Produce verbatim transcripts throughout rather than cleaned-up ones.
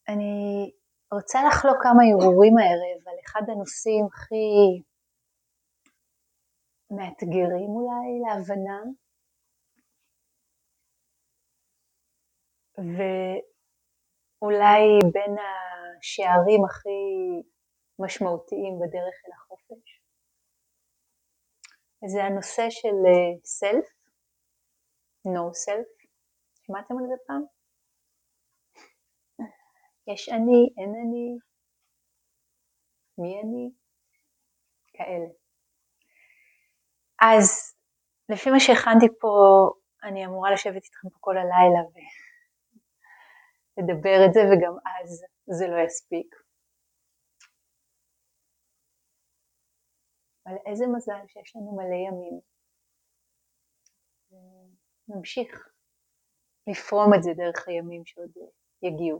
אני רוצה לחלוק כמה הרהורים הערב על אחד הנושאים הכי מאתגרים אולי להבנה, ואולי בין השערים הכי משמעותיים בדרך אל החופש. זה הנושא של self, no self. שמעתם על זה פעם? יש אני, אין אני, מי אני, כאלה. אז לפי מה שהכנתי פה, אני אמורה לשבת איתכם פה כל הלילה ולדבר את זה, וגם אז זה לא יספיק. אבל איזה מזל שיש לנו מלא ימים. נמשיך לפרום את זה דרך הימים שעוד יגיעו.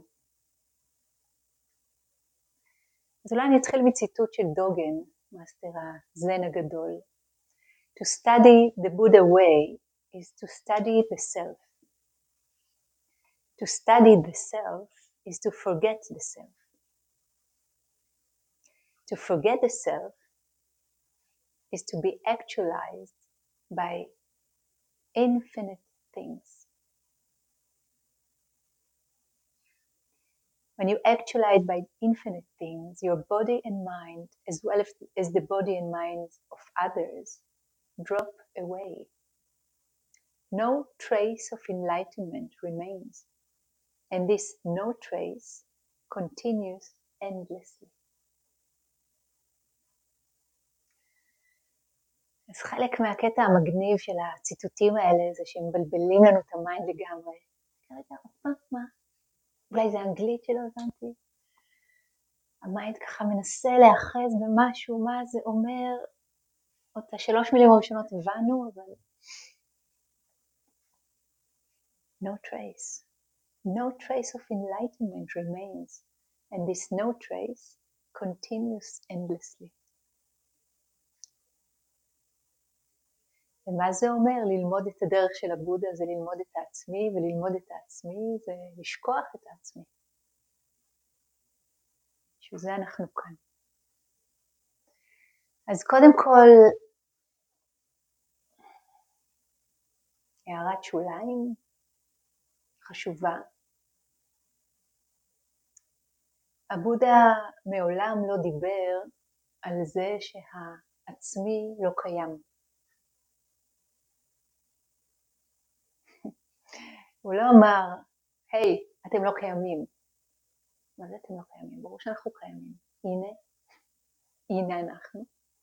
אז אולי אני אתחיל מציטוט של דוגן, מאסטר הזן הגדול. To study the Buddha way is to study the self. To study the self is to forget the self. To forget the self is to be actualized by infinite things. When you actualize by infinite things, your body and mind, as well as the body and minds of others, drop away. No trace of enlightenment remains, and this no trace continues endlessly. אז חלק מהקטע המגניב של הציטוטים האלה זה שהם מבלבלים לנו את המיינד לגמרי. רגע, מה, מה? אולי זה אנגלית שלא הבנתי? המיינד ככה מנסה להאחז במשהו, מה זה אומר? אותה שלוש מילים הראשונות הבנו, אבל no trace. No trace of enlightenment remains, and this no trace continues endlessly. ומה זה אומר? ללמוד את הדרך של הבודה זה ללמוד את העצמי, וללמוד את העצמי זה לשכוח את העצמי. שזה אנחנו כאן. אז קודם כל, הערת שוליים חשובה. הבודה מעולם לא דיבר על זה שהעצמי לא קיים. הוא לא אמר, היי, אתם לא קיימים. מה זה אתם לא קיימים? ברור שאנחנו קיימים. הנה, הנה אנחנו.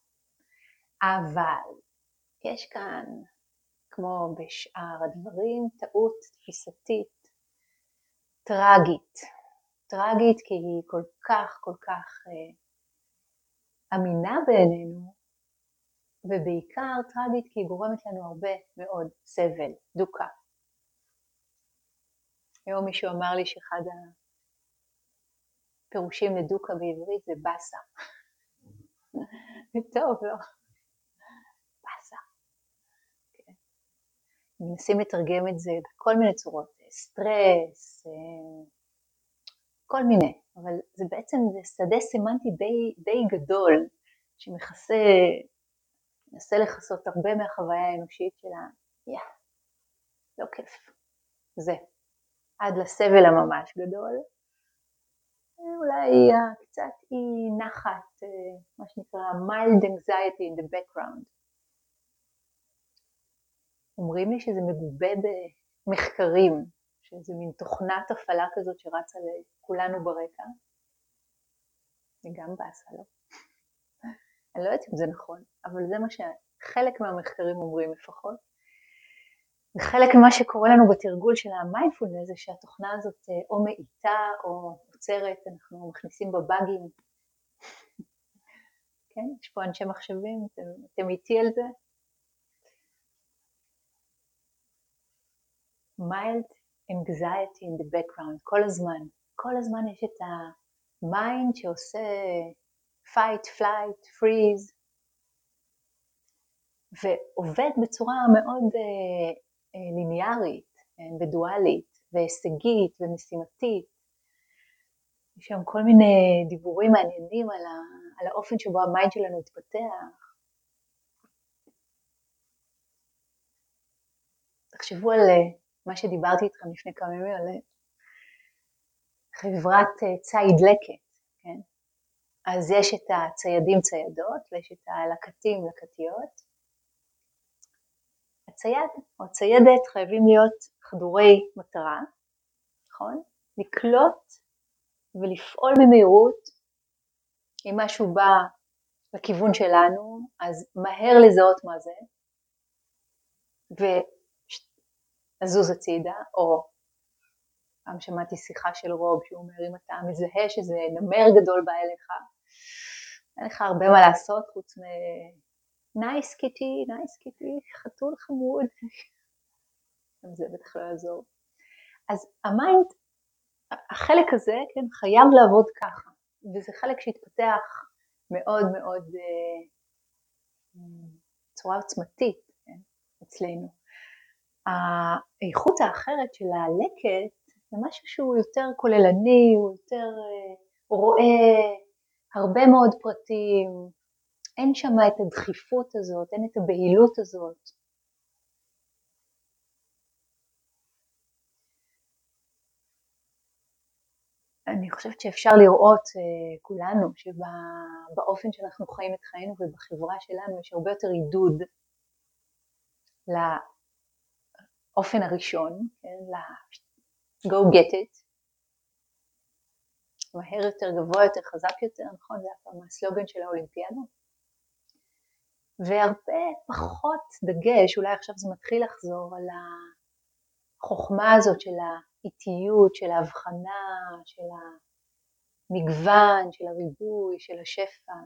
אבל יש כאן, כמו בשאר הדברים, טעות תפיסתית, טרגית. טרגית כי היא כל כך, כל כך אה, אמינה בעינינו, ובעיקר טרגית כי היא גורמת לנו הרבה מאוד סבל, דוקה. היום מישהו אמר לי שאחד הפירושים לדוקה בעברית זה בסה. טוב, לא? בסה. כן. מנסים לתרגם את זה בכל מיני צורות, סטרס, כל מיני, אבל זה בעצם זה שדה סמנטי די, די גדול, שמכסה, מנסה לכסות הרבה מהחוויה האנושית שלה, יא, לא כיף, זה. עד לסבל הממש גדול, אולי קצת אי נחת, מה שנקרא mild anxiety in the background. אומרים לי שזה מגובה במחקרים, שזה מין תוכנת הפעלה כזאת שרצה לכולנו ברקע. זה גם בעשה, לא? אני לא יודעת אם זה נכון, אבל זה מה שחלק מהמחקרים אומרים לפחות. וחלק ממה שקורה לנו בתרגול של המיינדפולנס זה שהתוכנה הזאת או מאיטה או עוצרת, אנחנו מכניסים בבאגים. כן? יש פה אנשי מחשבים, אתם, אתם איתי על זה? mild anxiety in the background, כל הזמן. כל הזמן יש את המיינד שעושה fight, flight, freeze, ועובד בצורה מאוד ליניארית ודואלית והישגית ומשימתית. יש שם כל מיני דיבורים מעניינים על, ה, על האופן שבו המיינד שלנו התפתח. תחשבו על מה שדיברתי איתכם לפני כמה ימים, על חברת ציד לקט, כן? אז יש את הציידים ציידות ויש את הלקטים לקטיות. הצייד או הציידת חייבים להיות חדורי מטרה, נכון? לקלוט ולפעול במהירות. אם משהו בא לכיוון שלנו, אז מהר לזהות מה זה, ולזוז הצידה, או פעם שמעתי שיחה של רוב, שהוא אומר, אם אתה מזהה שזה נמר גדול בא אליך, אין לך הרבה מה לעשות, חוץ מ... נייס קיטי, נייס קיטי, חתול חמוד, גם זה בטח לא יעזור. אז המיינד, החלק הזה, כן, חייב לעבוד ככה, וזה חלק שהתפתח מאוד מאוד בצורה עוצמתית, כן, אצלנו. האיכות האחרת של הלקט זה משהו שהוא יותר כוללני, הוא יותר, הוא רואה הרבה מאוד פרטים, אין שם את הדחיפות הזאת, אין את הבהילות הזאת. אני חושבת שאפשר לראות כולנו שבאופן שאנחנו חיים את חיינו ובחברה שלנו יש הרבה יותר עידוד לאופן הראשון, כן, ל-go get it, מהר יותר, גבוה יותר, חזק יותר, נכון? זה הפעם הסלוגן של האולימפיאדה. והרבה פחות דגש, אולי עכשיו זה מתחיל לחזור על החוכמה הזאת של האיטיות, של ההבחנה, של המגוון, של הריבוי, של השפע.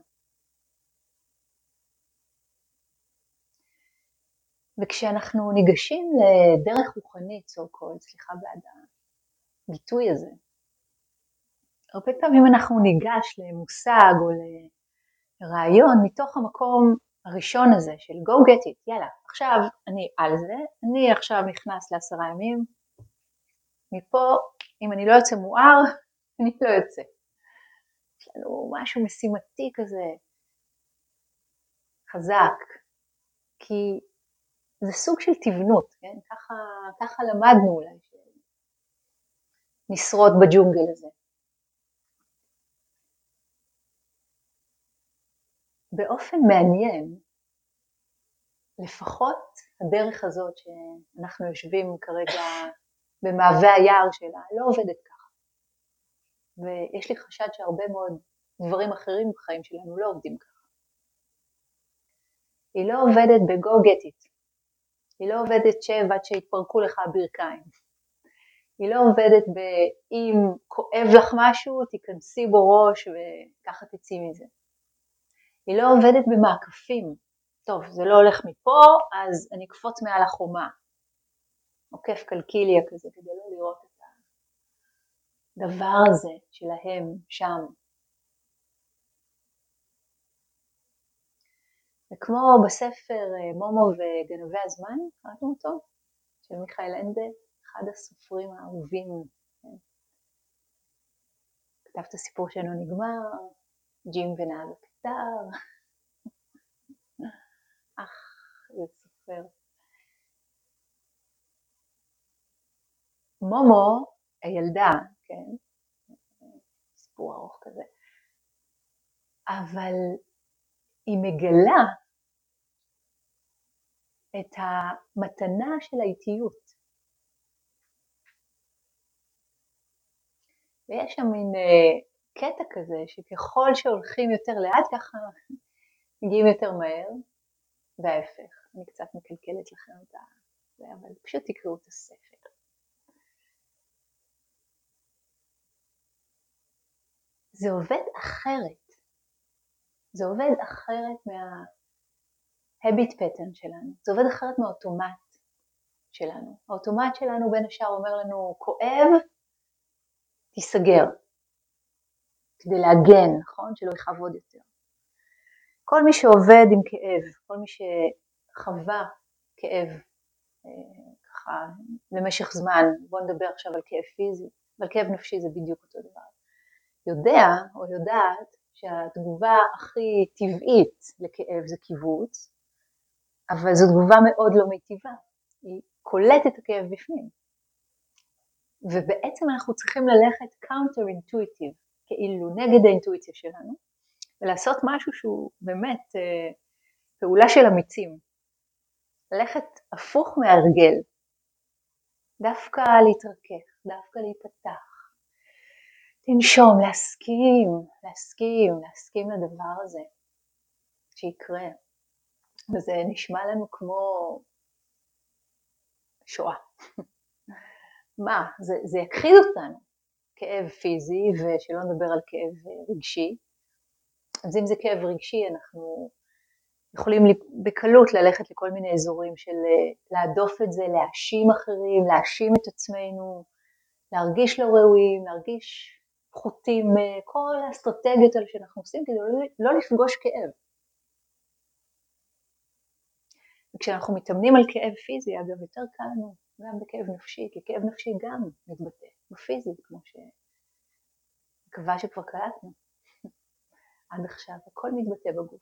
וכשאנחנו ניגשים לדרך רוחנית, so called, סליחה בעד הביטוי הזה, הרבה פעמים אנחנו ניגש למושג או לרעיון מתוך המקום הראשון הזה של go get it, יאללה, עכשיו אני על זה, אני עכשיו נכנס לעשרה ימים, מפה אם אני לא יוצא מואר, אני לא יוצא. יש לנו משהו משימתי כזה, חזק, כי זה סוג של תבנות, כן? ככה, ככה למדנו אולי, נשרוד בג'ונגל הזה. באופן מעניין, לפחות הדרך הזאת שאנחנו יושבים כרגע במעבה היער שלה, לא עובדת ככה. ויש לי חשד שהרבה מאוד דברים אחרים בחיים שלנו לא עובדים ככה. היא לא עובדת ב-go get it. היא לא עובדת שב עד שהתפרקו לך הברכיים. היא לא עובדת ב-אם כואב לך משהו, תיכנסי בו ראש וככה תצאי מזה. היא לא עובדת במעקפים. טוב, זה לא הולך מפה, אז אני אקפוץ מעל החומה. עוקף קלקיליה כזה, כדי לא לראות את הדבר הזה שלהם שם. וכמו בספר מומו וגנבי הזמן, קראתם אותו? של מיכאל אנדה, אחד הסופרים האהובים. כתב את הסיפור שלנו נגמר, ג'ים ונהג הקטר. אך, זה סופר. מומו, הילדה, כן? סיפור ארוך כזה. אבל היא מגלה את המתנה של האיטיות. ויש שם מין uh, קטע כזה שככל שהולכים יותר לאט ככה מגיעים יותר מהר, וההפך. אני קצת מקלקלת לכם את זה, אבל פשוט תקראו את הספר. זה עובד אחרת. זה עובד אחרת מה-habit pattern שלנו. זה עובד אחרת מהאוטומט שלנו. האוטומט שלנו בין השאר אומר לנו, כואב, תיסגר. כדי להגן, נכון? שלא יחוות יותר. כל מי שעובד עם כאב, כל מי שחווה כאב, ככה, למשך זמן, בואו נדבר עכשיו על כאב פיזי, אבל כאב נפשי זה בדיוק אותו דבר. יודע או יודעת שהתגובה הכי טבעית לכאב זה קיבוץ, אבל זו תגובה מאוד לא מיטיבה, היא קולטת את הכאב בפנים. ובעצם אנחנו צריכים ללכת counter-intuitive, כאילו נגד האינטואיציה שלנו, ולעשות משהו שהוא באמת אה, פעולה של אמיצים. ללכת הפוך מהרגל, דווקא להתרכך, דווקא להיפתח. תנשום, להסכים, להסכים, להסכים לדבר הזה שיקרה. וזה נשמע לנו כמו שואה. מה? זה, זה יכחיד אותנו. כאב פיזי, ושלא נדבר על כאב רגשי. אז אם זה כאב רגשי, אנחנו יכולים בקלות ללכת לכל מיני אזורים של להדוף את זה, להאשים אחרים, להאשים את עצמנו, להרגיש לא ראויים, להרגיש פחותים, כל האסטרטגיות האלה שאנחנו עושים כדי לא לפגוש כאב. וכשאנחנו מתאמנים על כאב פיזי, אגב, יותר קל לנו גם בכאב נפשי, כי כאב נפשי גם מתבטא בפיזי, כמו שמקווה שכבר קלטנו. עד עכשיו, הכל מתבטא בגוף.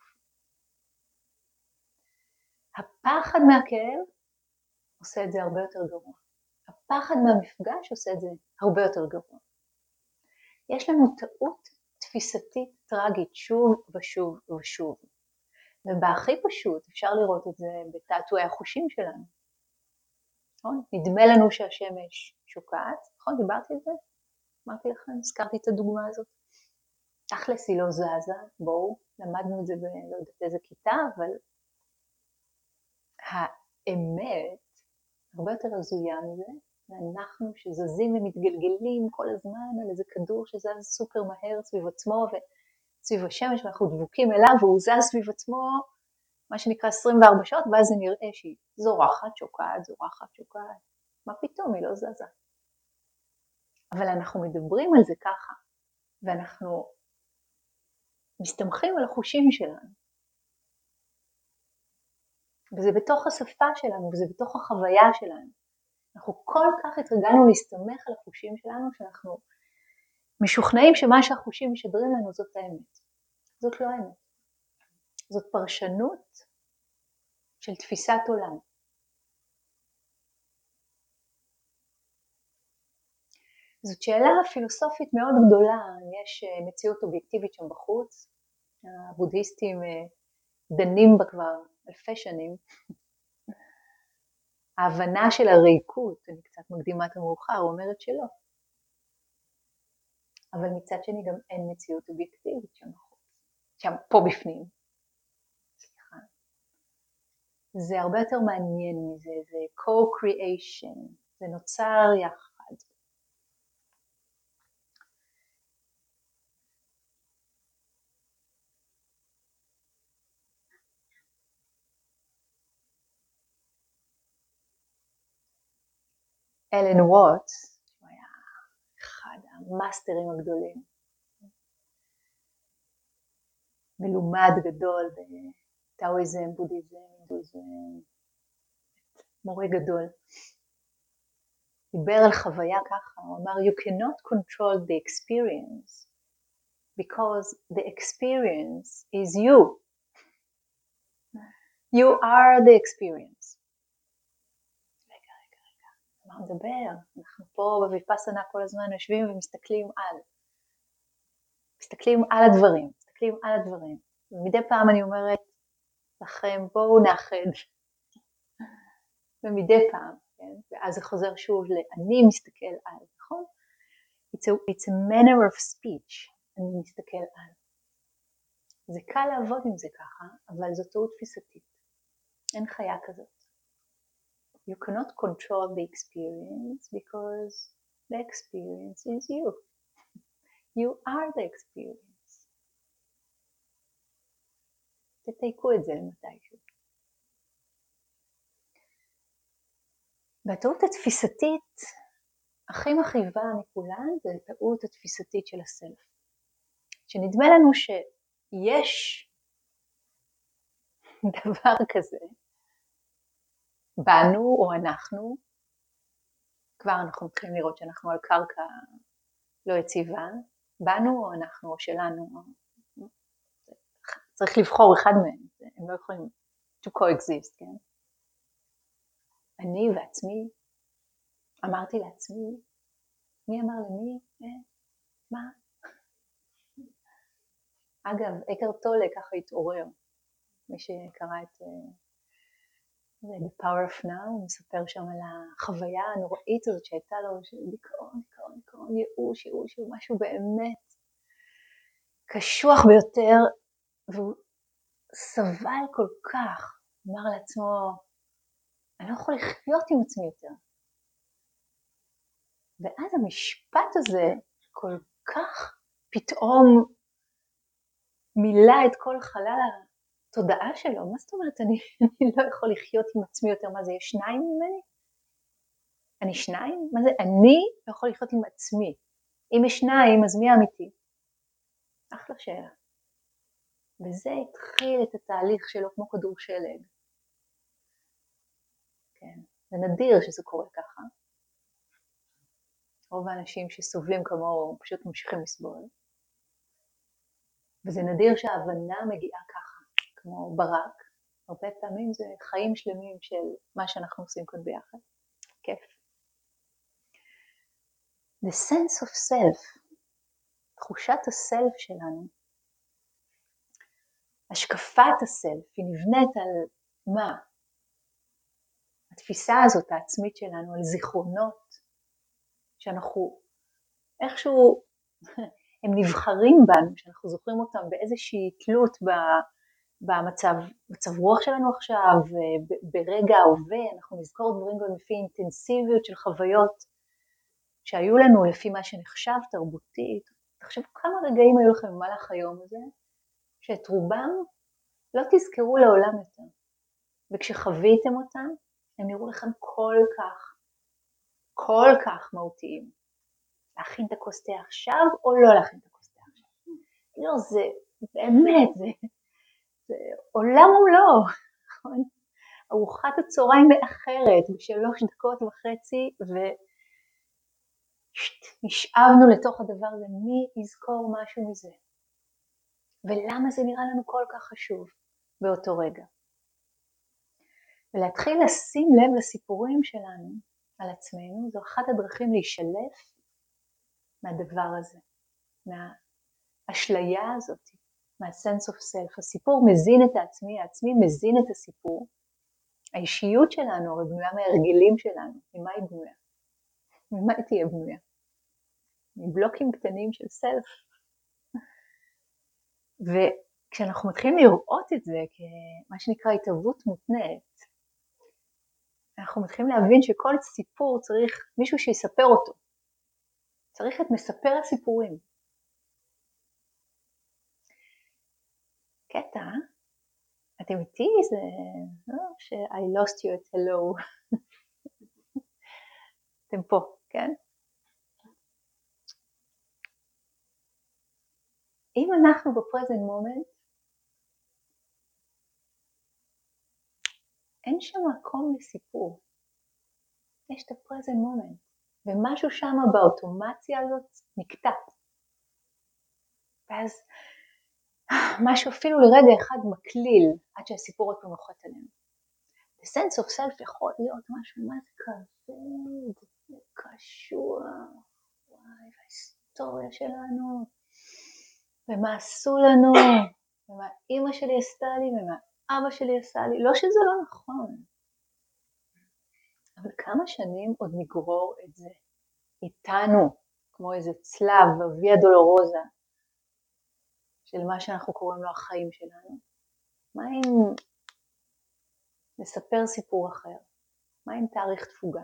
הפחד מהכאב עושה את זה הרבה יותר גרוע. הפחד מהמפגש עושה את זה הרבה יותר גרוע. יש לנו טעות תפיסתית טרגית שוב ושוב ושוב. ובהכי פשוט אפשר לראות את זה בתעתועי החושים שלנו. נכון? נדמה לנו שהשמש שוקעת, נכון? דיברתי על זה? אמרתי לכם, הזכרתי את הדוגמה הזאת. תכלס היא לא זזה, בואו, למדנו את זה בלא יודעת איזה כיתה, אבל האמת הרבה יותר הזויה מזה, ואנחנו שזזים ומתגלגלים כל הזמן על איזה כדור שזז סופר מהר סביב עצמו וסביב השמש, ואנחנו דבוקים אליו והוא זז סביב עצמו, מה שנקרא עשרים וארבע שעות, ואז זה נראה שהיא זורחת, שוקעת, זורחת, שוקעת. מה פתאום, היא לא זזה. אבל אנחנו מדברים על זה ככה, ואנחנו מסתמכים על החושים שלנו. וזה בתוך השפה שלנו, וזה בתוך החוויה שלנו. אנחנו כל כך התרגלנו להסתמך על החושים שלנו, שאנחנו משוכנעים שמה שהחושים משדרים לנו זאת האמת. זאת לא האמת. זאת פרשנות של תפיסת עולם. זאת שאלה פילוסופית מאוד גדולה, יש מציאות אובייקטיבית שם בחוץ, הבודהיסטים דנים בה כבר אלפי שנים, ההבנה של הריקות, אני קצת מקדימה את המאוחר, אומרת שלא. אבל מצד שני גם אין מציאות אובייקטיבית שם בחוץ, שם פה בפנים. סליחה. זה הרבה יותר מעניין מזה, זה co-creation, זה נוצר יחד. אלן ווטס, הוא היה אחד המאסטרים הגדולים, מלומד גדול בטאואיזם, בודהיזם, הינדואיזם, מורה גדול. דיבר על חוויה ככה, הוא אמר, you cannot control the experience because the experience is you. You are the experience. רגע, רגע, רגע, מה מדבר? אנחנו פה בוויפאסנה כל הזמן יושבים ומסתכלים על. מסתכלים על הדברים, מסתכלים על הדברים. ומדי פעם אני אומרת לכם, בואו נאחד. ומדי פעם, כן? ואז זה חוזר שוב ל"אני מסתכל על", נכון? It's a, it's a manner of speech, אני מסתכל על. זה קל לעבוד עם זה ככה, אבל זו טעות תפיסתית. אין חיה כזאת. You cannot control the experience because the experience is you. You are the experience. תתייקו את זה מתישהו. והטעות התפיסתית הכי מכאיבה מכולן זה הטעות התפיסתית של הסלף. שנדמה לנו שיש דבר כזה, בנו או אנחנו, כבר אנחנו מתחילים לראות שאנחנו על קרקע לא יציבה, בנו או אנחנו או שלנו. צריך לבחור אחד מהם, הם לא יכולים to coexist, כן? אני ועצמי, אמרתי לעצמי, מי אמר למי? אה, מה? אגב, אקר טולה ככה התעורר, מי שקרא את uh, The Power of Now, הוא מספר שם על החוויה הנוראית הזאת שהייתה לו, של דיכאון, דיכאון, דיכאון, ייאוש, ייאוש, משהו באמת קשוח ביותר, והוא סבל כל כך, אמר לעצמו, אני לא יכול לחיות עם עצמי יותר. ואז המשפט הזה כל כך פתאום מילא את כל חלל התודעה שלו. מה זאת אומרת, אני, אני לא יכול לחיות עם עצמי יותר? מה זה, יש שניים ממני? אני שניים? מה זה, אני לא יכול לחיות עם עצמי. אם יש שניים, אז מי האמיתי? אחלה שאלה. וזה התחיל את התהליך שלו כמו כדור שלג. כן, זה נדיר שזה קורה ככה. רוב האנשים שסובלים כמוהו פשוט ממשיכים לסבול. וזה נדיר שההבנה מגיעה ככה, כמו ברק. הרבה פעמים זה חיים שלמים של מה שאנחנו עושים כאן ביחד. כיף. The sense of self, תחושת הסלף שלנו, השקפת הסלף, היא נבנית על מה? התפיסה הזאת העצמית שלנו, על זיכרונות, שאנחנו איכשהו, הם נבחרים בנו, שאנחנו זוכרים אותם באיזושהי תלות במצב, מצב רוח שלנו עכשיו, ברגע ההווה, אנחנו נזכור דברים גם לפי אינטנסיביות של חוויות שהיו לנו לפי מה שנחשב תרבותית. תחשבו כמה רגעים היו לכם במהלך היום הזה, שאת רובם לא תזכרו לעולם יותר, וכשחוויתם אותם, הם נראו לכם כל כך, כל כך מהותיים. להכין את הכוס תה עכשיו או לא להכין את הכוס תה עכשיו? לא, זה באמת, זה, זה עולם ומלואו, נכון? ארוחת הצהריים מאחרת בשלוש דקות וחצי, ונשאבנו לתוך הדבר הזה, מי יזכור משהו מזה? ולמה זה נראה לנו כל כך חשוב באותו רגע? ולהתחיל לשים לב לסיפורים שלנו על עצמנו, זו אחת הדרכים להישלף מהדבר הזה, מהאשליה הזאת, מה-sense of self. הסיפור מזין את העצמי, העצמי מזין את הסיפור. האישיות שלנו הרי בנויה מהרגלים שלנו. ממה היא בנויה? ממה היא תהיה בנויה? מבלוקים קטנים של self. וכשאנחנו מתחילים לראות את זה כמה שנקרא התהוות מותנית, אנחנו מתחילים להבין שכל סיפור צריך מישהו שיספר אותו. צריך את מספר הסיפורים. קטע, אתם איתי? זה לא ש-I lost you at hello. אתם פה, כן? אם אנחנו בפרזנט מומנט, אין שם מקום לסיפור. יש את הפרזנט מומנט, ומשהו שם באוטומציה הזאת נקטע. ואז משהו אפילו לרגע אחד מקליל, עד שהסיפור עוד פעם נוחת עלינו. The sense of self יכול להיות משהו, מה זה כבד, זה קשוח, וואי, וההיסטוריה שלנו, ומה עשו לנו, ומה אמא שלי עשתה לי, ומה אבא שלי עשה לי, לא שזה לא נכון. אבל כמה שנים עוד נגרור את זה איתנו, כמו איזה צלב, ויה דולורוזה, של מה שאנחנו קוראים לו החיים שלנו. מה אם נספר סיפור אחר? מה אם תאריך תפוגה?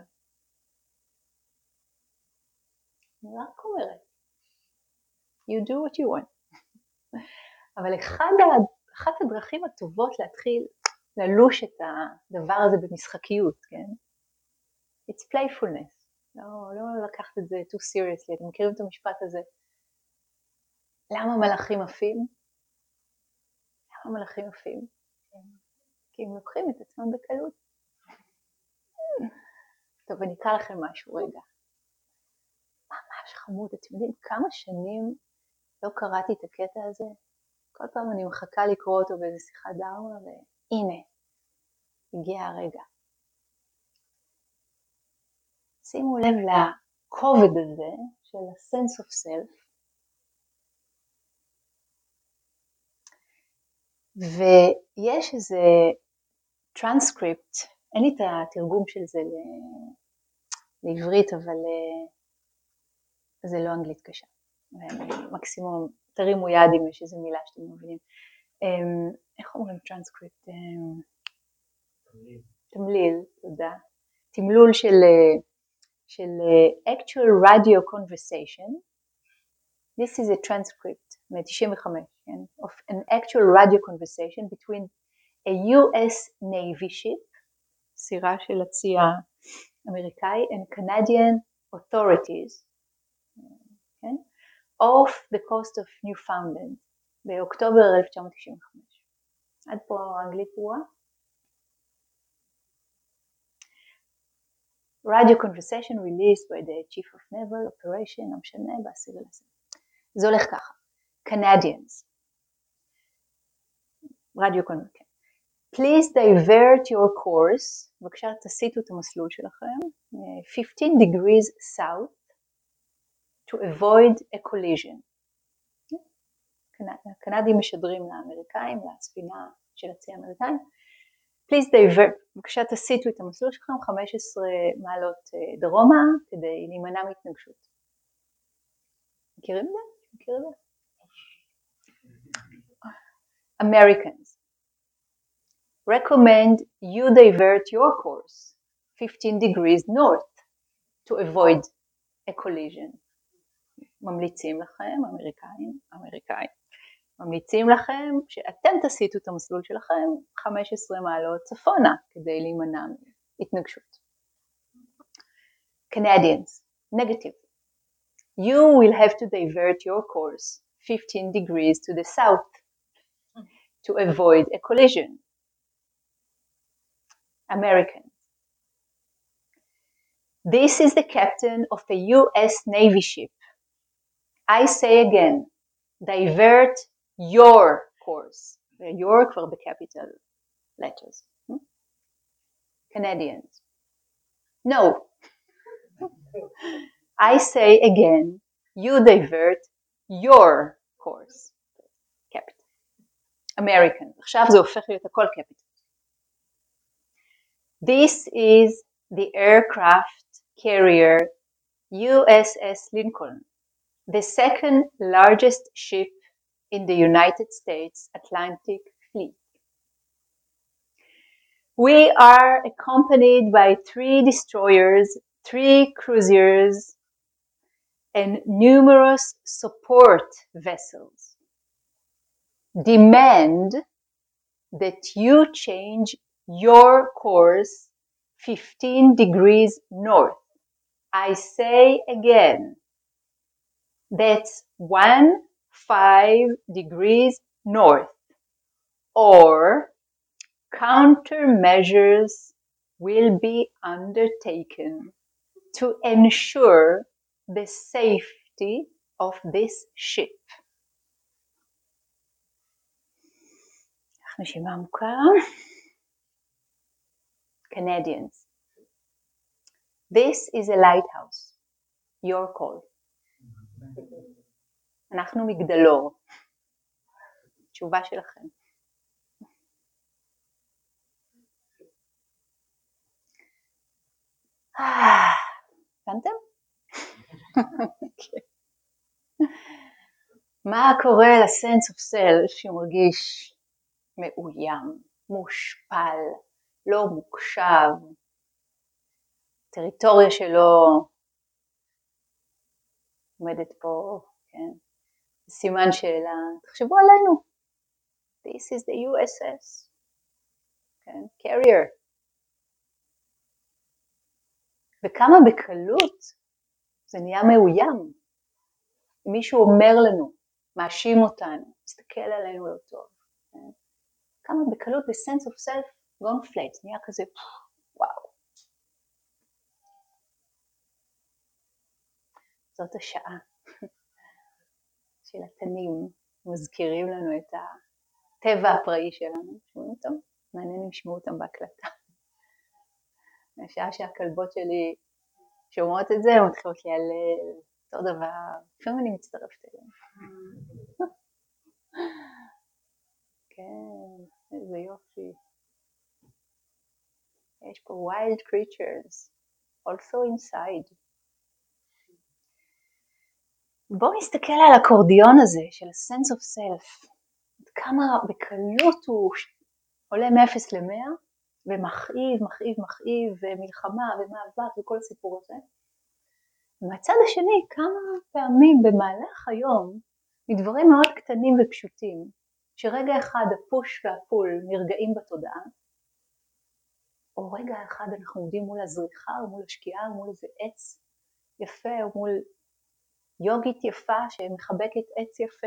אני רק אומרת, you do what you want. אבל אחד, אחת הדרכים הטובות להתחיל ללוש את הדבר הזה במשחקיות, כן? It's playfulness. לא, לא לקחת את זה too seriously. אתם מכירים את המשפט הזה? למה מלאכים עפים? למה מלאכים עפים? כי הם לוקחים את עצמם בקלות. טוב, אני אקרא לכם משהו רגע. ממש חמוד, אתם יודעים כמה שנים לא קראתי את הקטע הזה, כל פעם אני מחכה לקרוא אותו באיזה שיחת דרמה, והנה, הגיע הרגע. שימו לב לכובד הזה של ה-sense of self, ויש איזה טרנסקריפט, אין לי את התרגום של זה לעברית, אבל זה לא אנגלית קשה. מקסימום תרימו יד אם יש איזו מילה שאתם מבינים. איך אומרים טרנסקריפט? תמליל, תודה. תמלול של, של actual radio conversation. This is a transcript מ-תשעים וחמש, כן? of an actual radio conversation between a U S Navy ship, סירה של הצי האמריקאי, and Canadian authorities, כן? off the coast of Newfoundland, באוקטובר אלף תשע מאות תשעים וחמש. עד פה האנגלית ברורה? Radio conversation released by the Chief of Naval Operation, לא משנה, בעשיר לזה. זה הולך ככה. Canadians. Radio conversation. Please divert your course, בבקשה תסיטו את המסלול שלכם, fifteen degrees south, to avoid a collision. הקנדים משדרים לאמריקאים, לספינה של הצי האמריקאים. Please divert, בבקשה תסיטו את המסלול שלכם חמש עשרה מעלות דרומה, כדי להימנע מהתנגשות. מכירים את זה? מכירים את זה? Americans. Recommend you divert your course fifteen degrees north to avoid a collision. ממליצים לכם, אמריקאים, אמריקאים, ממליצים לכם שאתם תסיטו את המסלול שלכם חמש עשרה מעלות צפונה כדי להימנע מהתנגשות. Canadians, negative. You will have to divert your course fifteen degrees to the south to avoid a collision. American. This is the captain of a U S Navy ship. I say again, divert your course. Your כבר בcapital letters. Hmm? Canadians. No. I say again, you divert your course. Capital. American. עכשיו זה הופך להיות הכל capital. This is the aircraft carrier U S S Lincoln, the second largest ship in the United States Atlantic Fleet. We are accompanied by three destroyers, three cruisers, and numerous support vessels. Demand that you change your course fifteen degrees north. I say again, that's one five degrees north, or countermeasures will be undertaken to ensure the safety of this ship. נשימה עמוקה. Canadians. This is a lighthouse. Your call. אנחנו מגדלור. תשובה שלכם. הבנתם? מה קורה ל-sense of self שמרגיש מאוים, מושפל, לא מוקשב, טריטוריה שלו עומדת פה, כן, סימן שאלה, תחשבו עלינו, this is the U S S, כן, carrier, וכמה בקלות זה נהיה מאוים, מישהו אומר לנו, מאשים אותנו, מסתכל עלינו לא טוב, כן? כמה בקלות the sense of self gone flat, נהיה כזה, וואו. זאת השעה של התנים, מזכירים לנו את הטבע הפראי שלנו. שמעו אותם? מעניין אם שמעו אותם בהקלטה. מהשעה שהכלבות שלי שומעות את זה, הן מתחילות להיעלל, אותו דבר, לפעמים אני מצטרפת אליהם. כן, איזה יופי. יש פה wild creatures, also inside. בואו נסתכל על הקורדיון הזה של ה-sense of self. כמה בקלות הוא עולה מ-אפס ל-מאה, ומכאיב, מכאיב, מכאיב, ומלחמה ומאבק וכל הסיפור הזה. מהצד השני, כמה פעמים במהלך היום, מדברים מאוד קטנים ופשוטים, שרגע אחד הפוש והפול נרגעים בתודעה, או רגע אחד אנחנו עומדים מול הזריחה, או מול השקיעה, או מול איזה עץ יפה, או מול יוגית יפה שמחבקת עץ יפה,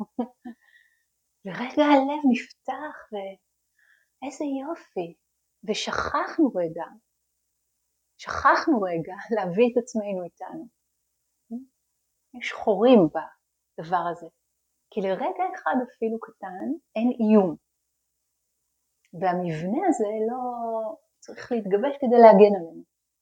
ורגע הלב נפתח, ואיזה יופי, ושכחנו רגע, שכחנו רגע להביא את עצמנו איתנו. יש חורים בדבר הזה, כי לרגע אחד אפילו קטן אין איום, והמבנה הזה לא צריך להתגבש כדי להגן עלינו.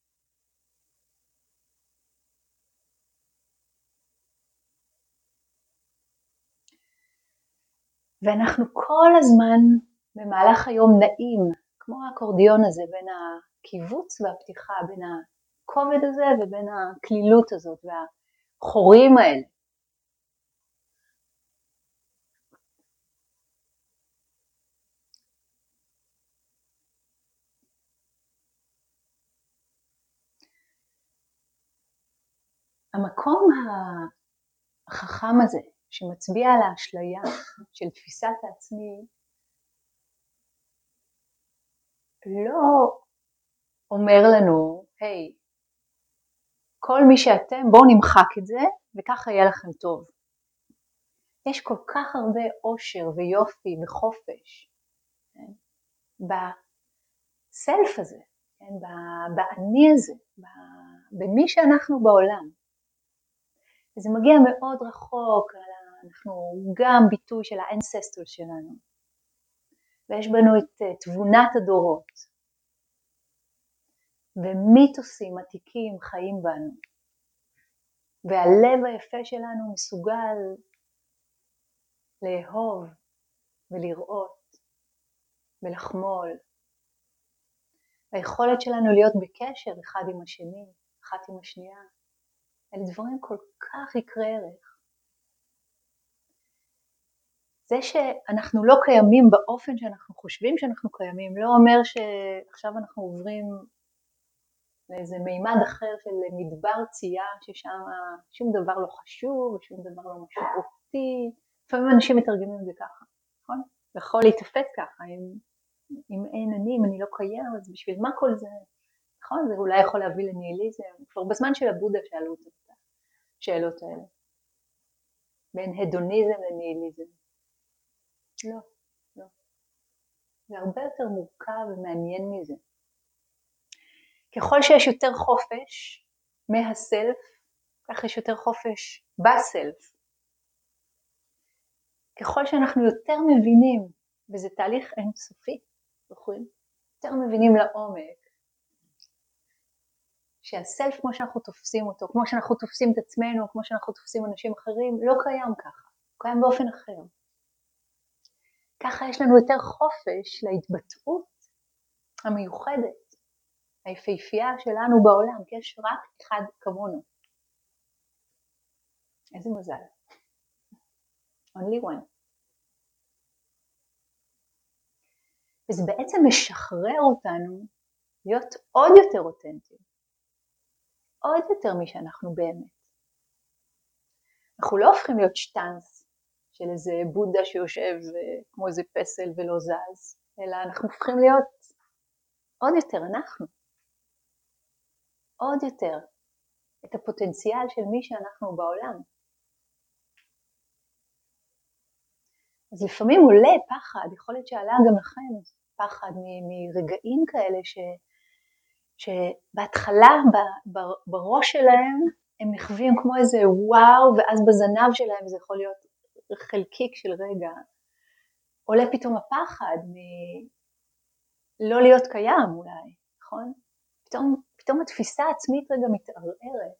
ואנחנו כל הזמן במהלך היום נעים, כמו האקורדיון הזה, בין הקיבוץ והפתיחה, בין הכובד הזה ובין הכלילות הזאת והחורים האלה. המקום החכם הזה שמצביע על האשליה של תפיסת העצמי לא אומר לנו, היי, כל מי שאתם בואו נמחק את זה וככה יהיה לכם טוב. יש כל כך הרבה אושר ויופי וחופש, כן? בסלף הזה, כן? באני הזה, במי שאנחנו בעולם. וזה מגיע מאוד רחוק, אנחנו גם ביטוי של האנססטורס שלנו. ויש בנו את תבונת הדורות. ומיתוסים עתיקים חיים בנו. והלב היפה שלנו מסוגל לאהוב ולראות ולחמול. והיכולת שלנו להיות בקשר אחד עם השני, אחת עם השנייה. אלה דברים כל כך יקרי ערך. זה שאנחנו לא קיימים באופן שאנחנו חושבים שאנחנו קיימים, לא אומר שעכשיו אנחנו עוברים לאיזה מימד אחר של מדבר צייה, ששם שום דבר לא חשוב, ושום דבר לא משמעותי. לפעמים אנשים מתרגמים את זה ככה, נכון? יכול להתאפס ככה, אם, אם אין אני, אם אני לא קיים, אז בשביל מה כל זה? נכון? זה אולי יכול להביא לניהיליזם. כבר בזמן של הבודה שאלו את השאלות האלה. בין הדוניזם לניהיליזם. לא, לא. זה הרבה יותר מורכב ומעניין מזה. ככל שיש יותר חופש מהסלף, כך יש יותר חופש בסלף. ככל שאנחנו יותר מבינים, וזה תהליך אינסופי, זוכרים? יותר מבינים לעומק, שהסלף כמו שאנחנו תופסים אותו, כמו שאנחנו תופסים את עצמנו, כמו שאנחנו תופסים אנשים אחרים, לא קיים ככה, הוא קיים באופן אחר. ככה יש לנו יותר חופש להתבטאות המיוחדת, היפהפייה שלנו בעולם, כי יש רק אחד כמונו. איזה מזל. Only one. וזה בעצם משחרר אותנו להיות עוד יותר אותנטיים. עוד יותר מי שאנחנו באמת. אנחנו לא הופכים להיות שטנץ של איזה בודה שיושב כמו איזה פסל ולא זז, אלא אנחנו הופכים להיות עוד יותר אנחנו. עוד יותר את הפוטנציאל של מי שאנחנו בעולם. אז לפעמים עולה פחד, יכול להיות שעלה גם לכם פחד מרגעים כאלה ש, שבהתחלה בראש שלהם הם נחווים כמו איזה וואו, ואז בזנב שלהם זה יכול להיות חלקיק של רגע, עולה פתאום הפחד מלא להיות קיים אולי, נכון? פתאום, פתאום התפיסה העצמית רגע מתערערת.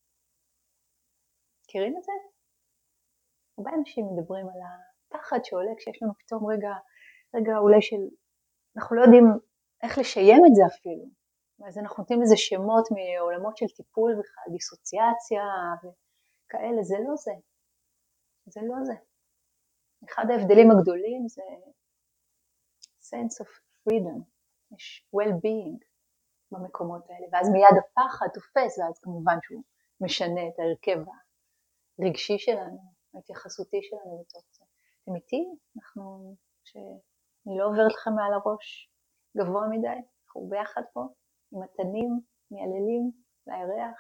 מכירים את זה? הרבה אנשים מדברים על הפחד שעולה כשיש לנו פתאום רגע, רגע אולי של, אנחנו לא יודעים איך לשיים את זה אפילו. אז אנחנו נותנים לזה שמות מעולמות של טיפול בכלל, דיסוציאציה וכאלה, זה לא זה. זה לא זה. אחד ההבדלים הגדולים זה sense of freedom, יש well-being במקומות האלה, ואז מיד הפחד תופס, ואז כמובן שהוא משנה את ההרכב הרגשי שלנו, ההתייחסותי שלנו בתוך זה. אתם איתי? אנחנו, שאני לא עוברת לכם מעל הראש גבוה מדי, אנחנו ביחד פה, עם מתנים, מייללים, לירח.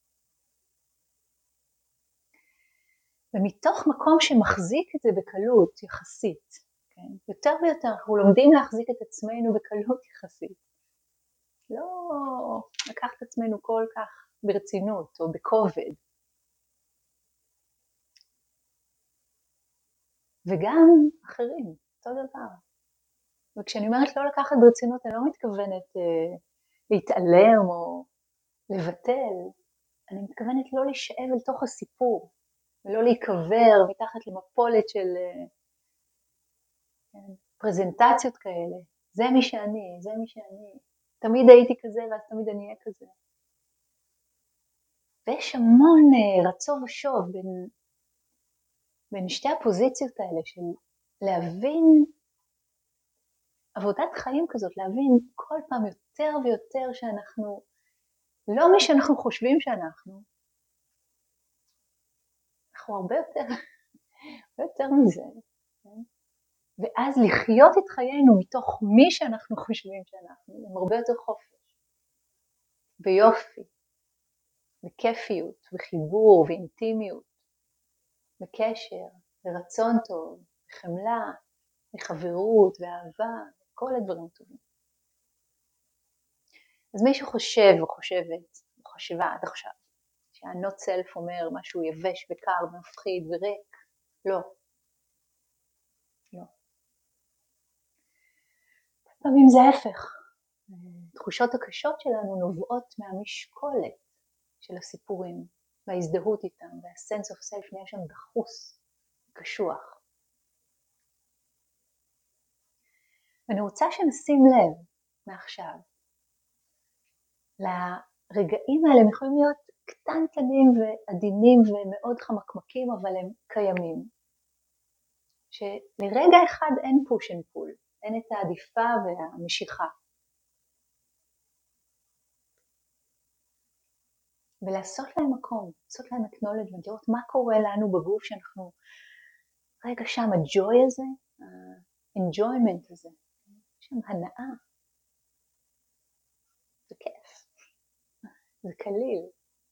ומתוך מקום שמחזיק את זה בקלות יחסית, כן? יותר ויותר אנחנו לומדים להחזיק את עצמנו בקלות יחסית. לא לקחת את עצמנו כל כך ברצינות או בכובד. וגם אחרים, אותו דבר. וכשאני אומרת לא לקחת ברצינות, אני לא מתכוונת אה, להתעלם או לבטל, אני מתכוונת לא להישאב אל תוך הסיפור, ולא להיקבר מתחת למפולת של אה, פרזנטציות כאלה. זה מי שאני, זה מי שאני. תמיד הייתי כזה ואז תמיד אני אהיה כזה. ויש המון אה, רצון ושוב בין, בין שתי הפוזיציות האלה של להבין עבודת חיים כזאת, להבין כל פעם יותר ויותר שאנחנו לא מי שאנחנו חושבים שאנחנו, אנחנו הרבה יותר, הרבה יותר מזה. ואז לחיות את חיינו מתוך מי שאנחנו חושבים שאנחנו, עם הרבה יותר חופש, ויופי, וכיפיות, וחיבור, ואינטימיות, וקשר, ורצון טוב, וחמלה, וחברות, ואהבה, כל הדברים טובים. אז מישהו חושב או חושבת, או חשבה עד עכשיו, שהנוט סלף אומר משהו יבש וקר ומפחיד וריק, לא. לא. פעמים זה ההפך. תחושות הקשות שלנו נובעות מהמשקולת של הסיפורים, וההזדהות איתם, והסנס אוף סלף נהיה שם דחוס, קשוח. ואני רוצה שנשים לב מעכשיו, לרגעים האלה הם יכולים להיות קטנטנים ועדינים ומאוד חמקמקים, אבל הם קיימים. שלרגע אחד אין פוש אנד פול, אין את העדיפה והמשיכה. ולעשות להם מקום, לעשות להם acknowledgement, לראות מה קורה לנו בגוף שאנחנו, רגע שם, הג'וי הזה, ה-enjoyment הזה, שם הנאה, זה כיף, זה קליל.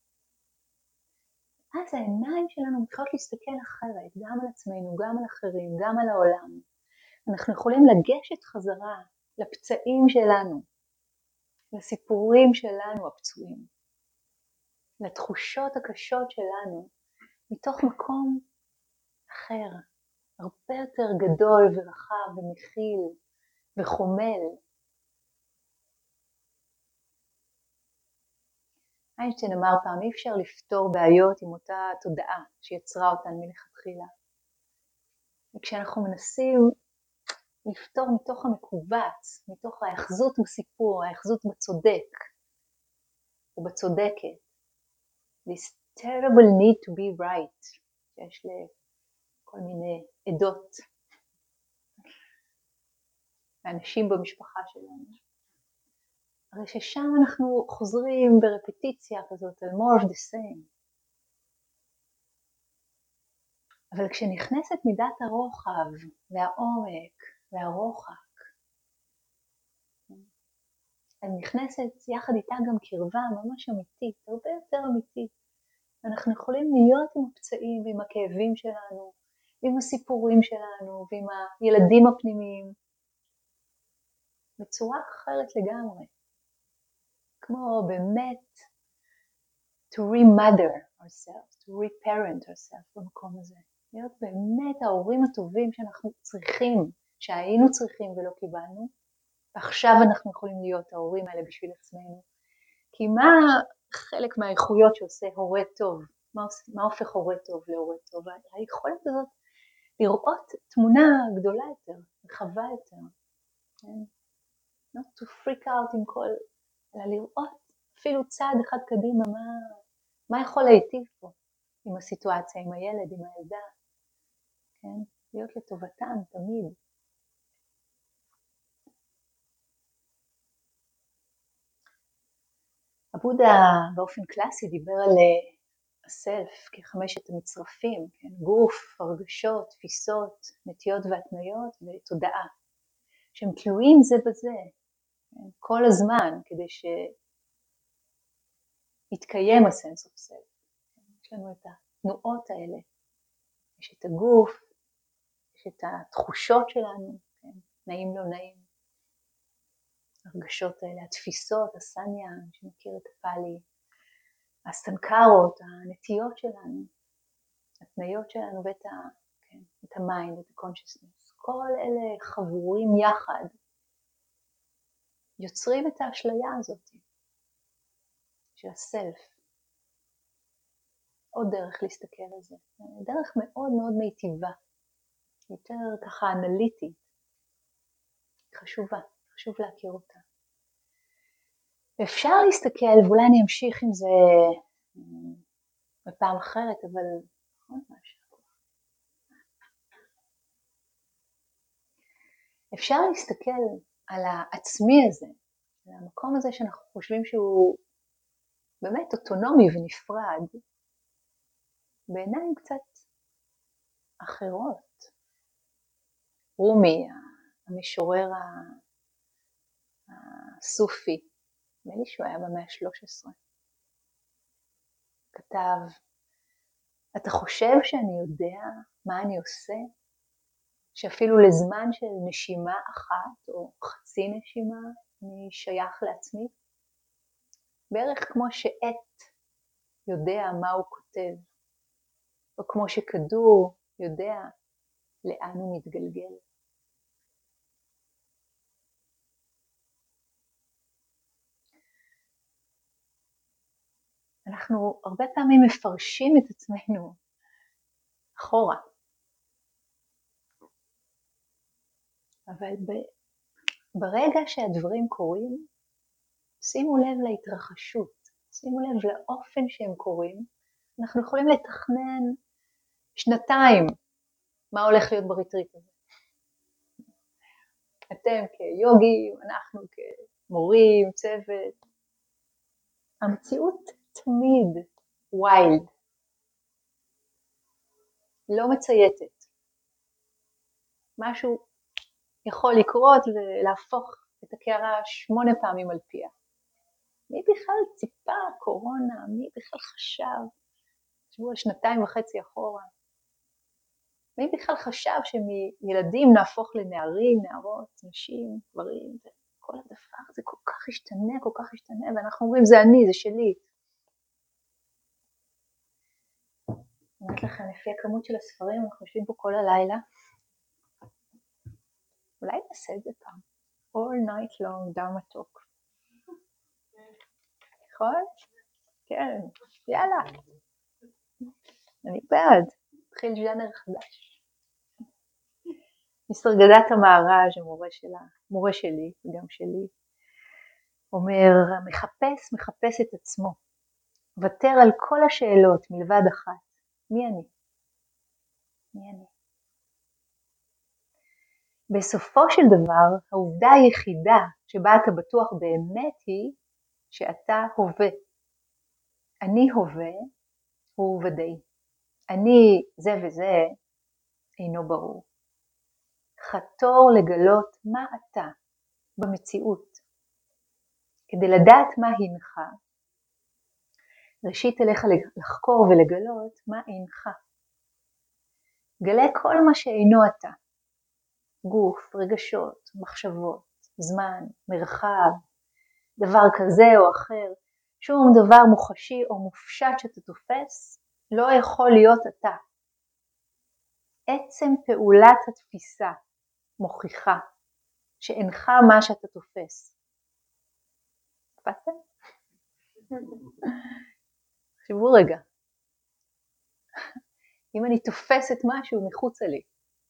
אז העיניים שלנו מתחילות להסתכל אחרת, גם על עצמנו, גם על אחרים, גם על העולם. אנחנו יכולים לגשת חזרה לפצעים שלנו, לסיפורים שלנו הפצועים, לתחושות הקשות שלנו, מתוך מקום אחר, הרבה יותר גדול ורחב ומכיל וחומל. איינשטיין אמר פעם, אי אפשר לפתור בעיות עם אותה תודעה שיצרה אותן מלכתחילה. וכשאנחנו מנסים לפתור מתוך המקובץ, מתוך ההאחזות בסיפור, ההאחזות בצודק ובצודקת, this terrible need to be right, שיש לכל מיני עדות, ואנשים במשפחה שלנו. הרי ששם אנחנו חוזרים ברפטיציה כזאת על more of the same. אבל כשנכנסת מידת הרוחב והעומק והרוחק, אז נכנסת יחד איתה גם קרבה ממש אמיתית, הרבה יותר אמיתית. אנחנו יכולים להיות עם הפצעים ועם הכאבים שלנו, ועם הסיפורים שלנו, ועם הילדים הפנימיים, בצורה אחרת לגמרי. כמו באמת to remother ourselves, to reparent ourselves במקום הזה. להיות באמת ההורים הטובים שאנחנו צריכים, שהיינו צריכים ולא קיבלנו, ועכשיו אנחנו יכולים להיות ההורים האלה בשביל עצמנו. כי מה חלק מהאיכויות שעושה הורה טוב? מה, מה הופך הורה טוב להורה טוב? היכולת הזאת לראות תמונה גדולה יותר, רחבה יותר. כן? Not to freak out עם כל, אלא לראות אפילו צעד אחד קדימה, מה, מה יכול להיטיב פה עם הסיטואציה, עם הילד, עם הילדה. כן? להיות לטובתם תמיד. הבודה באופן קלאסי דיבר על הסלף כחמשת המצרפים, כן? גוף, הרגשות, תפיסות, נטיות והתניות ותודעה, שהם תלויים זה בזה, כן? כל הזמן, כדי שיתקיים הסנס אוף סלף. יש לנו את התנועות האלה, יש את הגוף, יש את התחושות שלנו, כן? נעים לא נעים, הרגשות האלה, התפיסות, הסניה, שמכיר את הפאלי, הסנקרות, הנטיות שלנו, התניות שלנו ואת ה, כן, את המיינד, את ה-consciousness. כל אלה חבורים יחד, יוצרים את האשליה הזאת של הסלף. עוד דרך להסתכל על זה, דרך מאוד מאוד מיטיבה, יותר ככה אנליטית, חשובה, חשוב להכיר אותה. ואפשר להסתכל, ואולי אני אמשיך עם זה בפעם אחרת, אבל עוד משהו. אפשר להסתכל על העצמי הזה, על המקום הזה שאנחנו חושבים שהוא באמת אוטונומי ונפרד, בעיניים קצת אחרות. רומי, המשורר הסופי, נדמה לי שהוא היה במאה ה-שלוש עשרה, כתב, אתה חושב שאני יודע מה אני עושה? שאפילו לזמן של נשימה אחת או חצי נשימה אני שייך לעצמי? בערך כמו שעט יודע מה הוא כותב, או כמו שכדור יודע לאן הוא מתגלגל. אנחנו הרבה פעמים מפרשים את עצמנו אחורה. אבל ברגע שהדברים קורים, שימו לב להתרחשות, שימו לב לאופן שהם קורים, אנחנו יכולים לתכנן שנתיים מה הולך להיות בריטריט הזה. אתם כיוגים, אנחנו כמורים, צוות. המציאות תמיד ווילד, לא מצייתת. משהו יכול לקרות ולהפוך את הקערה שמונה פעמים על פיה. מי בכלל ציפה קורונה? מי בכלל חשב? תשבו על שנתיים וחצי אחורה. מי בכלל חשב שמילדים נהפוך לנערים, נערות, נשים, גברים? כל הדבר הזה כל כך השתנה, כל כך השתנה, ואנחנו אומרים זה אני, זה שלי. אני אומרת לכם, לפי הכמות של הספרים, אנחנו יושבים פה כל הלילה. אולי נעשה את זה פעם. All night long, דרמה טוק. נכון? כן, יאללה. אני בעד. התחיל ז'אנר חדש. מיסטר גדת המהר"ז, המורה שלה, מורה שלי וגם שלי, אומר, מחפש, מחפש את עצמו. ותר על כל השאלות מלבד אחת. מי אני? מי אני? בסופו של דבר, העובדה היחידה שבה אתה בטוח באמת היא שאתה הווה. אני הווה הוא ודאי. אני זה וזה אינו ברור. חתור לגלות מה אתה במציאות. כדי לדעת מה הינך, ראשית תלך לחקור ולגלות מה אינך. גלה כל מה שאינו אתה. גוף, רגשות, מחשבות, זמן, מרחב, דבר כזה או אחר, שום דבר מוחשי או מופשט שאתה תופס, לא יכול להיות אתה. עצם פעולת התפיסה מוכיחה שאינך מה שאתה תופס. תפסתם? תחשבו רגע. אם אני תופסת משהו מחוץ לי.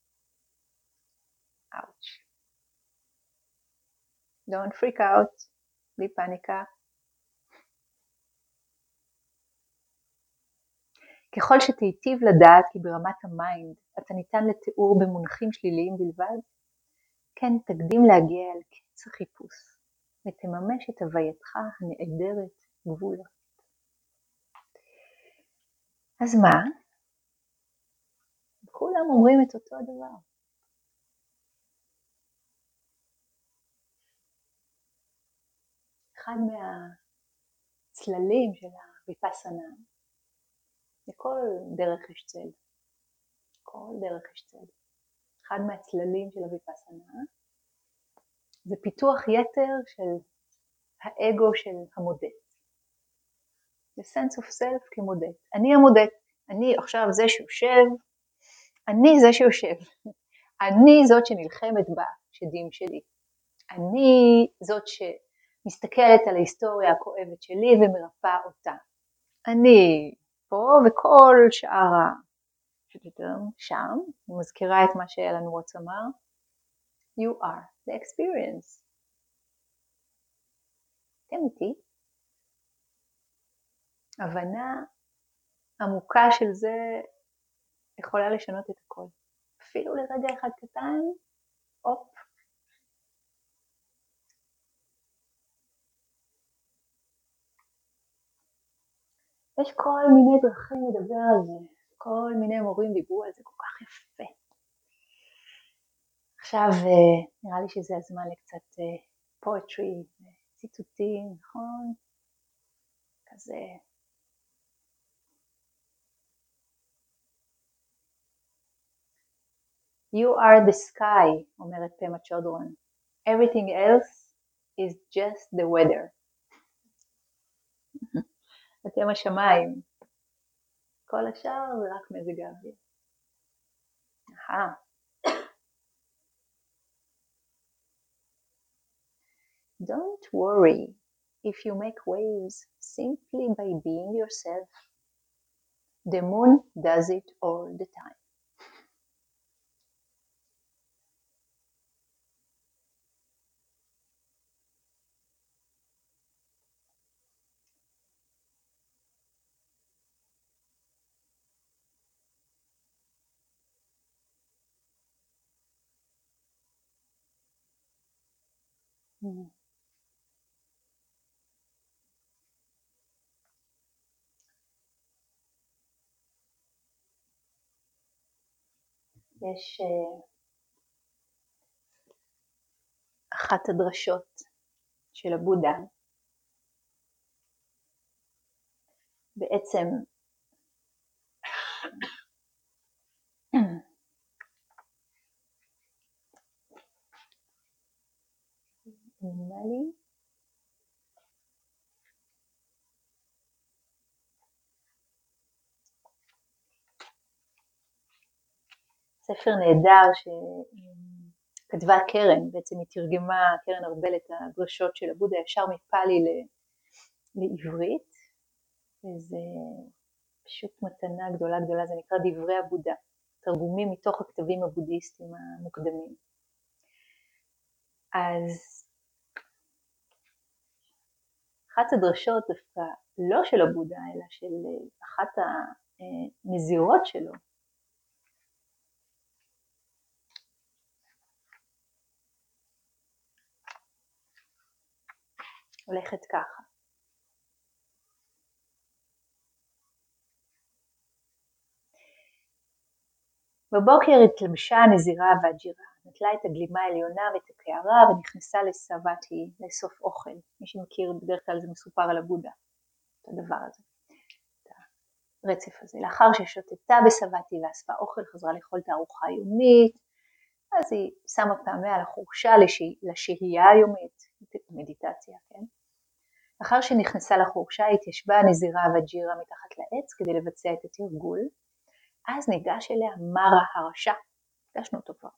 אאוץ'. Don't freak out. בלי פאניקה. ככל שתיטיב לדעת כי ברמת המיינד אתה ניתן לתיאור במונחים שליליים בלבד, כן תקדים להגיע אל קץ החיפוש ותממש את הווייתך הנעדרת גבולות. אז מה? כולם אומרים את אותו הדבר. אחד מהצללים של הוויפאסנה, לכל דרך יש צל. כל דרך יש צל. אחד מהצללים של הוויפאסנה זה פיתוח יתר של האגו של המודד. The sense of self כמודד. אני המודד. אני עכשיו זה שיושב, אני זה שיושב. אני זאת שנלחמת בשדים שלי. אני זאת שמסתכלת על ההיסטוריה הכואבת שלי ומרפאה אותה. אני פה וכל שאר שם, אני מזכירה את מה שאלן ווטס אמר, you are the experience. אתם איתי? הבנה עמוקה של זה יכולה לשנות את הכל. אפילו לרגע אחד קטן, אופ. יש כל מיני דרכים לדבר על זה. כל מיני מורים דיברו על זה כל כך יפה. עכשיו נראה לי שזה הזמן לקצת poetry, ציטוטים, נכון? כזה. You are the sky, אומרת פמה צ'ודרון. Everything else is just the weather. אתם השמיים. כל השאר זה רק מזג האוויר. אהה. Don't worry if you make waves simply by being yourself. The moon does it all the time. Mm. יש uh, אחת הדרשות של הבודה, בעצם נראה לי ספר נהדר שכתבה קרן, בעצם היא תרגמה, קרן ארבל, את הדרשות של הבודה ישר מפאלי לעברית, וזה פשוט מתנה גדולה גדולה, זה נקרא דברי הבודה, תרגומים מתוך הכתבים הבודהיסטיים המוקדמים. אז אחת הדרשות דווקא לא של הבודה, אלא של אחת הנזירות שלו, הולכת ככה. בבוקר התלבשה הנזירה והג'ירה, נטלה את הגלימה העליונה ואת הקערה ונכנסה לסבתי לאסוף אוכל. מי שמכיר, בדרך כלל זה מסופר על הבודה, את הדבר הזה, את הרצף הזה. לאחר ששוטטה בסבתי ואספה אוכל, חזרה לאכול את הארוחה היומית, אז היא שמה פעמיה על החורשה לשהייה היומית, מדיטציה, כן? לאחר שנכנסה לחורשה, התיישבה הנזירה והג'ירה מתחת לעץ כדי לבצע את התרגול, אז ניגש אליה מרה הרשע, פגשנו אותו כבר,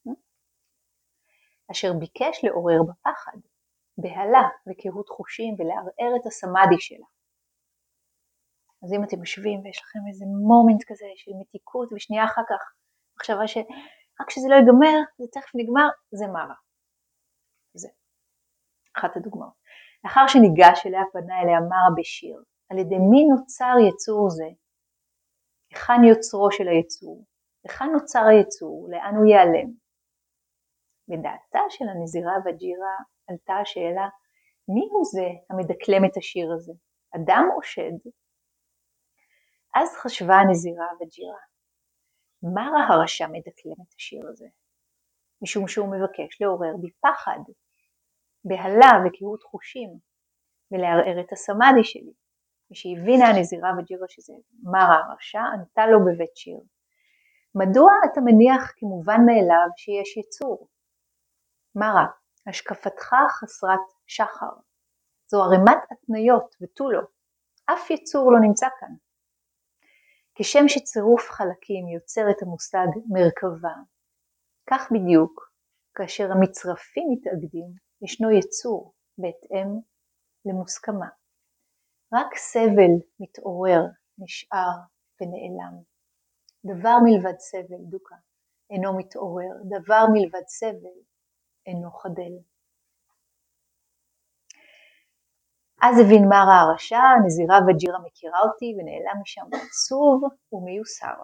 אשר ביקש לעורר בפחד, בהלה וקהות חושים ולערער את הסמאדי שלה. אז אם אתם יושבים ויש לכם איזה מומנט כזה של מתיקות ושנייה אחר כך מחשבה שרק שזה לא ייגמר, זה תכף נגמר, זה מרה. זה אחת הדוגמאות. לאחר שניגש אליה פנה אליה מרה בשיר, על ידי מי נוצר יצור זה? היכן יוצרו של היצור? היכן נוצר היצור? לאן הוא ייעלם? בדעתה של הנזירה וג'ירה עלתה השאלה, מי הוא זה המדקלם את השיר הזה? אדם או שד? אז חשבה הנזירה וג'ירה, מרה הרשע מדקלם את השיר הזה? משום שהוא מבקש לעורר בי פחד, בהלה וקהות חושים, ולערער את הסמאדי שלי. כשהבינה הנזירה וג'ירה שזה מרה הרשע, ענתה לו בבית שיר. מדוע אתה מניח כמובן מאליו שיש יצור? מרה, השקפתך חסרת שחר. זו ערימת התניות ותו לא. אף יצור לא נמצא כאן. כשם שצירוף חלקים יוצר את המושג מרכבה, כך בדיוק, כאשר המצרפים מתאגדים, ישנו יצור בהתאם למוסכמה. רק סבל מתעורר, נשאר ונעלם. דבר מלבד סבל, דוקה, אינו מתעורר. דבר מלבד סבל, אינו חדל. אז הבין מרה הרשע, נזירה וג'ירה מכירה אותי ונעלם משם עצוב ומיוסר.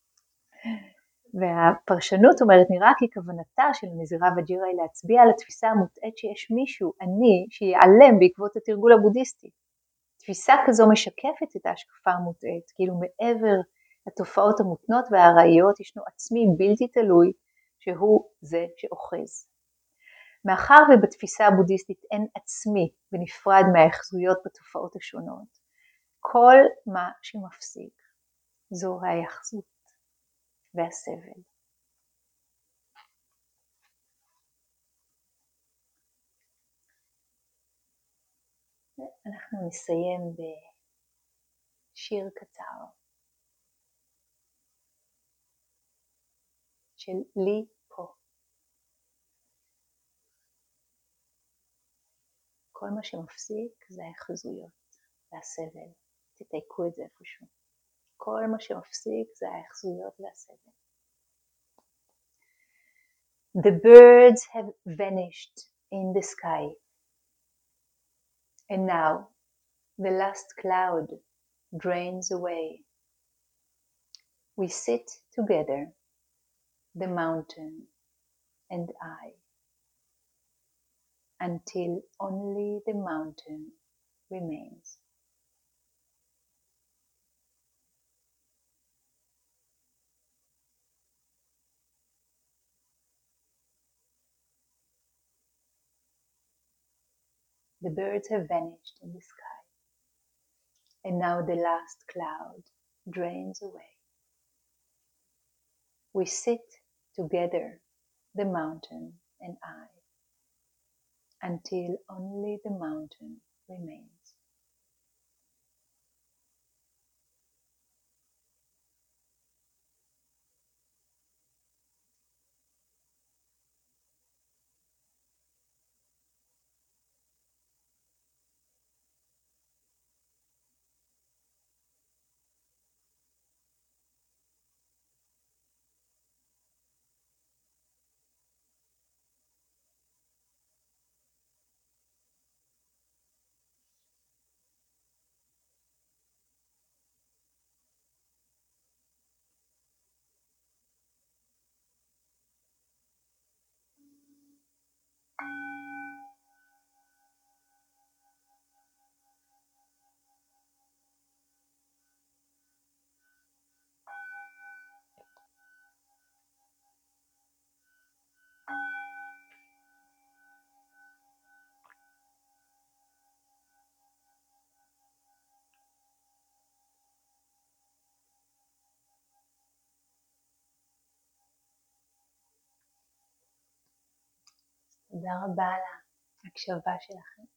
והפרשנות אומרת, נראה כי כוונתה של נזירה וג'ירה היא להצביע על התפיסה המוטעית שיש מישהו, אני, שיעלם בעקבות התרגול הבודהיסטי. תפיסה כזו משקפת את ההשקפה המוטעית, כאילו מעבר לתופעות המותנות והארעיות ישנו עצמי בלתי תלוי שהוא זה שאוחז. מאחר ובתפיסה הבודהיסטית אין עצמי ונפרד מהאחזויות בתופעות השונות, כל מה שמפסיק זו ההאחזות והסבל. אנחנו נסיים בשיר קצר של לי פה. כל מה שמפסיק זה ההאחזויות והסבל. תתייקו את זה איפשהו. כל מה שמפסיק זה ההאחזויות והסבל. The birds have vanished in the sky. And now the last cloud drains away. We sit together, the mountain and I, until only the mountain remains. The birds have vanished in the sky, and now the last cloud drains away. We sit together, the mountain and I, until only the mountain remains. תודה רבה על ההקשבה שלכם.